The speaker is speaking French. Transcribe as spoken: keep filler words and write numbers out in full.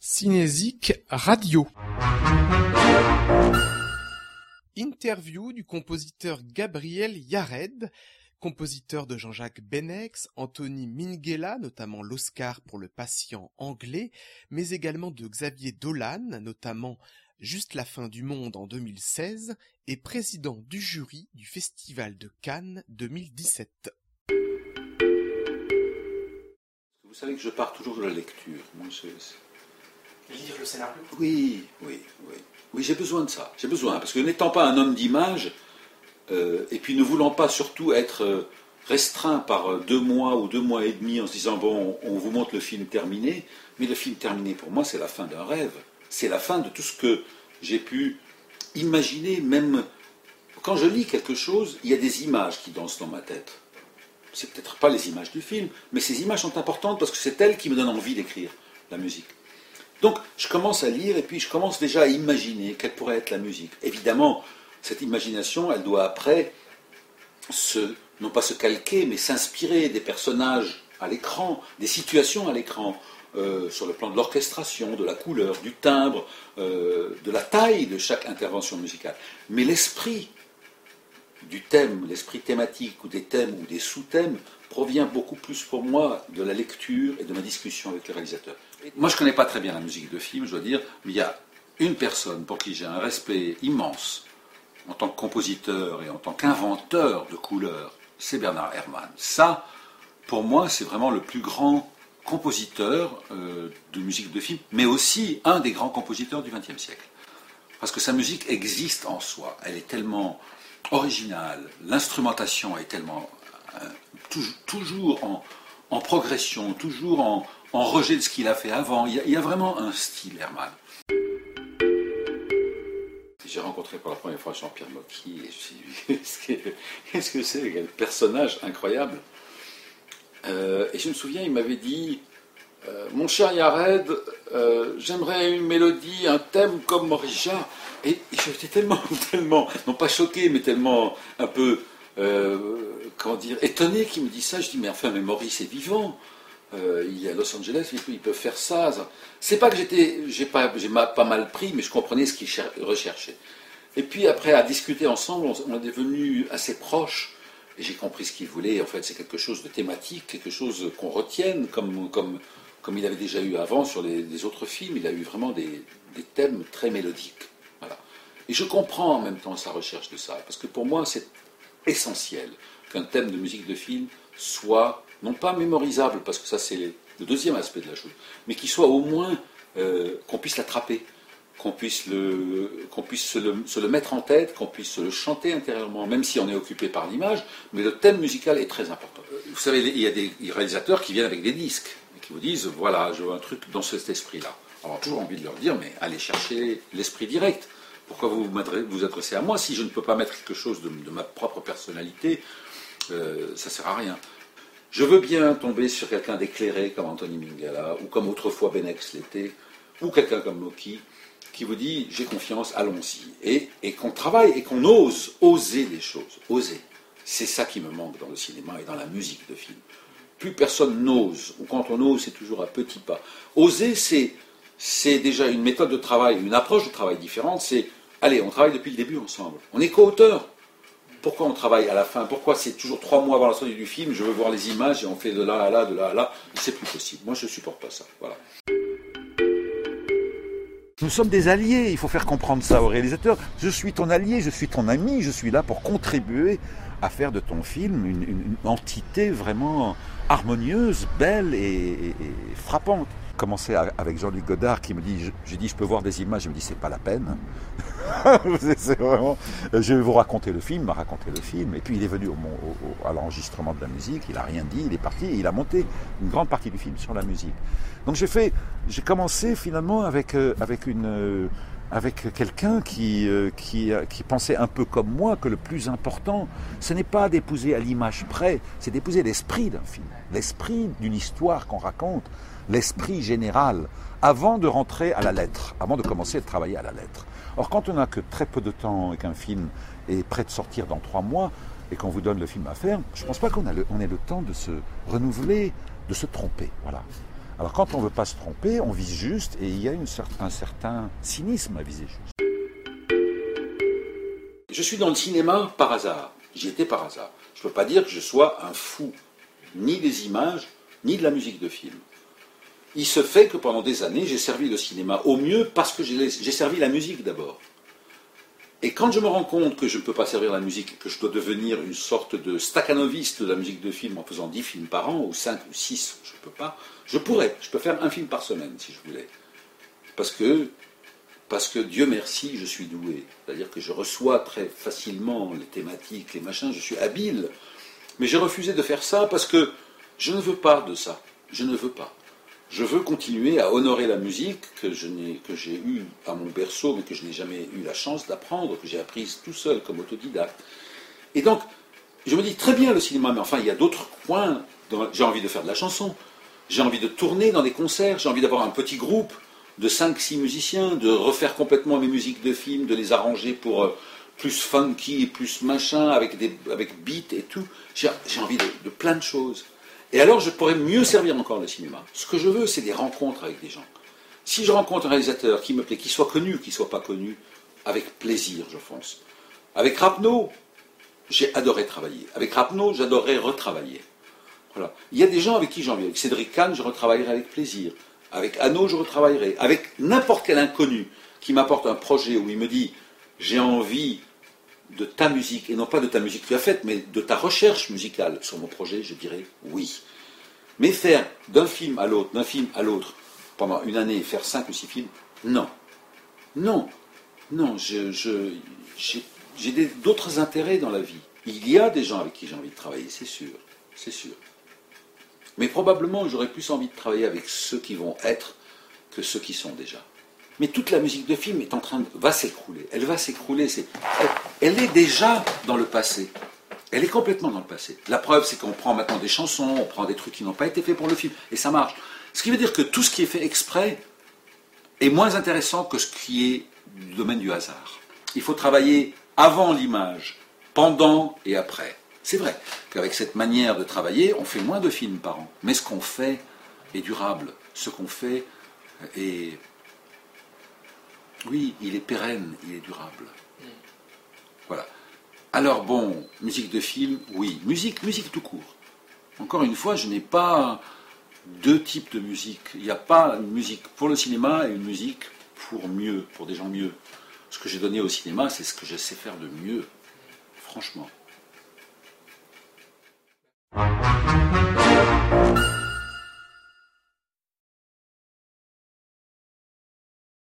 Cinésique Radio. Interview du compositeur Gabriel Yared, compositeur de Jean-Jacques Benex, Anthony Minghella, notamment l'Oscar pour Le Patient anglais, mais également de Xavier Dolan, notamment Juste la fin du monde en deux mille seize, et président du jury du Festival de Cannes deux mille dix-sept. Vous savez que je pars toujours de la lecture. Moi, je... Lire le scénario ? Oui, oui, oui. Oui, j'ai besoin de ça. J'ai besoin, parce que n'étant pas un homme d'image, euh, et puis ne voulant pas surtout être euh, restreint par deux mois ou deux mois et demi en se disant, bon, on, on vous montre le film terminé, mais le film terminé, pour moi, c'est la fin d'un rêve. C'est la fin de tout ce que j'ai pu imaginer, même quand je lis quelque chose, il y a des images qui dansent dans ma tête. C'est peut-être pas les images du film, mais ces images sont importantes parce que c'est elles qui me donnent envie d'écrire la musique. Donc, je commence à lire et puis je commence déjà à imaginer quelle pourrait être la musique. Évidemment, cette imagination, elle doit après, se, non pas se calquer, mais s'inspirer des personnages à l'écran, des situations à l'écran, euh, sur le plan de l'orchestration, de la couleur, du timbre, euh, de la taille de chaque intervention musicale. Mais l'esprit du thème, l'esprit thématique ou des thèmes ou des sous-thèmes provient beaucoup plus pour moi de la lecture et de ma discussion avec le réalisateur. Moi, je ne connais pas très bien la musique de film, je dois dire, mais il y a une personne pour qui j'ai un respect immense en tant que compositeur et en tant qu'inventeur de couleurs, c'est Bernard Herrmann. Ça, pour moi, c'est vraiment le plus grand compositeur euh, de musique de film, mais aussi un des grands compositeurs du vingtième siècle. Parce que sa musique existe en soi, elle est tellement originale, l'instrumentation est tellement euh, toujours, toujours en, en progression, toujours en, en rejet de ce qu'il a fait avant. Il y a, il y a vraiment un style Herrmann. J'ai rencontré pour la première fois Jean-Pierre Mocky et je me suis dit, qu'est-ce que c'est, quel personnage incroyable. Euh, et je me souviens, il m'avait dit, euh, mon cher Yared, euh, j'aimerais une mélodie, un thème comme Maurice Jarre. Et, et j'étais tellement, tellement, non pas choqué, mais tellement un peu, euh, comment dire, étonné qu'il me dit ça. Je dis, mais enfin, mais Maurice est vivant. Euh, il est à Los Angeles, il peut faire ça. C'est pas que j'étais, j'ai pas, j'ai pas mal pris, mais je comprenais ce qu'il recherchait. Et puis après, à discuter ensemble, on, on est devenus assez proches. Et j'ai compris ce qu'il voulait. En fait, c'est quelque chose de thématique, quelque chose qu'on retienne, comme, comme, comme il avait déjà eu avant sur les, les autres films. Il a eu vraiment des, des thèmes très mélodiques. Voilà. Et je comprends en même temps sa recherche de ça, parce que pour moi, c'est essentiel qu'un thème de musique de film soit, non pas mémorisable, parce que ça c'est le deuxième aspect de la chose, mais qu'il soit au moins, euh, qu'on puisse l'attraper, qu'on puisse, le, qu'on puisse se, le, se le mettre en tête, qu'on puisse se le chanter intérieurement, même si on est occupé par l'image, mais le thème musical est très important. Vous savez, il y a des réalisateurs qui viennent avec des disques, et qui vous disent, voilà, je veux un truc dans cet esprit-là. Alors, j'ai toujours envie de leur dire, mais allez chercher l'esprit direct. Pourquoi vous vous adressez à moi si je ne peux pas mettre quelque chose de, de ma propre personnalité, euh, ça ne sert à rien. Je veux bien tomber sur quelqu'un d'éclairé comme Anthony Minghella, ou comme autrefois Benex l'était, ou quelqu'un comme Mocky, qui vous dit, j'ai confiance, allons-y. Et, et qu'on travaille, et qu'on ose, oser les choses, oser. C'est ça qui me manque dans le cinéma et dans la musique de film. Plus personne n'ose, ou quand on ose, c'est toujours à petits pas. Oser, c'est... c'est déjà une méthode de travail, une approche de travail différente. C'est, allez, on travaille depuis le début ensemble. On est co-auteur. Pourquoi on travaille à la fin? Pourquoi c'est toujours trois mois avant la sortie du film, je veux voir les images et on fait de là à là, de là à là? C'est plus possible. Moi, je ne supporte pas ça. Voilà. Nous sommes des alliés, il faut faire comprendre ça aux réalisateurs. Je suis ton allié, je suis ton ami, je suis là pour contribuer à faire de ton film une, une, une entité vraiment harmonieuse, belle et, et, et frappante. Commencé avec Jean-Luc Godard qui me dit, j'ai dit je peux voir des images, il me dit c'est pas la peine. C'est vraiment, je vais vous raconter le film, il m'a raconté le film, et puis il est venu au, au, à l'enregistrement de la musique, il n'a rien dit, il est parti, et il a monté une grande partie du film sur la musique. Donc j'ai fait, j'ai commencé finalement avec, euh, avec une... Euh, avec quelqu'un qui, euh, qui, euh, qui pensait un peu comme moi que le plus important, ce n'est pas d'épouser à l'image près, c'est d'épouser l'esprit d'un film, l'esprit d'une histoire qu'on raconte, l'esprit général, avant de rentrer à la lettre, avant de commencer à travailler à la lettre. Or, quand on n'a que très peu de temps et qu'un film est prêt de sortir dans trois mois et qu'on vous donne le film à faire, je ne pense pas qu'on a le, on ait le temps de se renouveler, de se tromper. Voilà. Alors quand on ne veut pas se tromper, on vise juste et il y a une, un certain cynisme à viser juste. Je suis dans le cinéma par hasard. J'y étais par hasard. Je ne peux pas dire que je sois un fou, ni des images, ni de la musique de film. Il se fait que pendant des années, j'ai servi le cinéma au mieux parce que j'ai servi la musique d'abord. Et quand je me rends compte que je ne peux pas servir la musique, que je dois devenir une sorte de staccanoviste de la musique de film en faisant dix films par an, ou cinq ou six, je ne peux pas, je pourrais, je peux faire un film par semaine si je voulais. Parce que, parce que Dieu merci, je suis doué. C'est-à-dire que je reçois très facilement les thématiques, les machins, je suis habile. Mais j'ai refusé de faire ça parce que je ne veux pas de ça. Je ne veux pas. Je veux continuer à honorer la musique que je n'ai, que j'ai eue à mon berceau, mais que je n'ai jamais eu la chance d'apprendre, que j'ai apprise tout seul comme autodidacte. Et donc, je me dis très bien le cinéma, mais enfin, il y a d'autres points. Dans... J'ai envie de faire de la chanson, j'ai envie de tourner dans des concerts, j'ai envie d'avoir un petit groupe de cinq six musiciens, de refaire complètement mes musiques de film, de les arranger pour euh, plus funky et plus machin, avec, des, avec beat et tout. J'ai, j'ai envie de, de plein de choses. Et alors, je pourrais mieux servir encore le cinéma. Ce que je veux, c'est des rencontres avec des gens. Si je rencontre un réalisateur qui me plaît, qui soit connu, qui ne soit pas connu, avec plaisir, je fonce. Avec Rapneau, j'ai adoré travailler. Avec Rapneau, j'adorerais retravailler. Voilà. Il y a des gens avec qui j'ai envie. Avec Cédric Kahn, je retravaillerai avec plaisir. Avec Hano, je retravaillerai. Avec n'importe quel inconnu qui m'apporte un projet où il me dit « j'ai envie de ta musique, et non pas de ta musique que tu as faite, mais de ta recherche musicale sur mon projet », je dirais oui. Mais faire d'un film à l'autre, d'un film à l'autre, pendant une année, faire cinq ou six films, non. Non. Non, je, je, j'ai, j'ai des, d'autres intérêts dans la vie. Il y a des gens avec qui j'ai envie de travailler, c'est sûr. C'est sûr. Mais probablement, j'aurais plus envie de travailler avec ceux qui vont être que ceux qui sont déjà. Mais toute la musique de film est en train de, va s'écrouler. Elle va s'écrouler. C'est, elle, elle est déjà dans le passé. Elle est complètement dans le passé. La preuve, c'est qu'on prend maintenant des chansons, on prend des trucs qui n'ont pas été faits pour le film, et ça marche. Ce qui veut dire que tout ce qui est fait exprès est moins intéressant que ce qui est du domaine du hasard. Il faut travailler avant l'image, pendant et après. C'est vrai qu'avec cette manière de travailler, on fait moins de films par an. Mais ce qu'on fait est durable. Ce qu'on fait est... Oui, il est pérenne, il est durable. Voilà. Alors bon, musique de film, oui. Musique, musique tout court. Encore une fois, je n'ai pas deux types de musique. Il n'y a pas une musique pour le cinéma et une musique pour mieux, pour des gens mieux. Ce que j'ai donné au cinéma, c'est ce que je sais faire de mieux. Franchement. Thank you.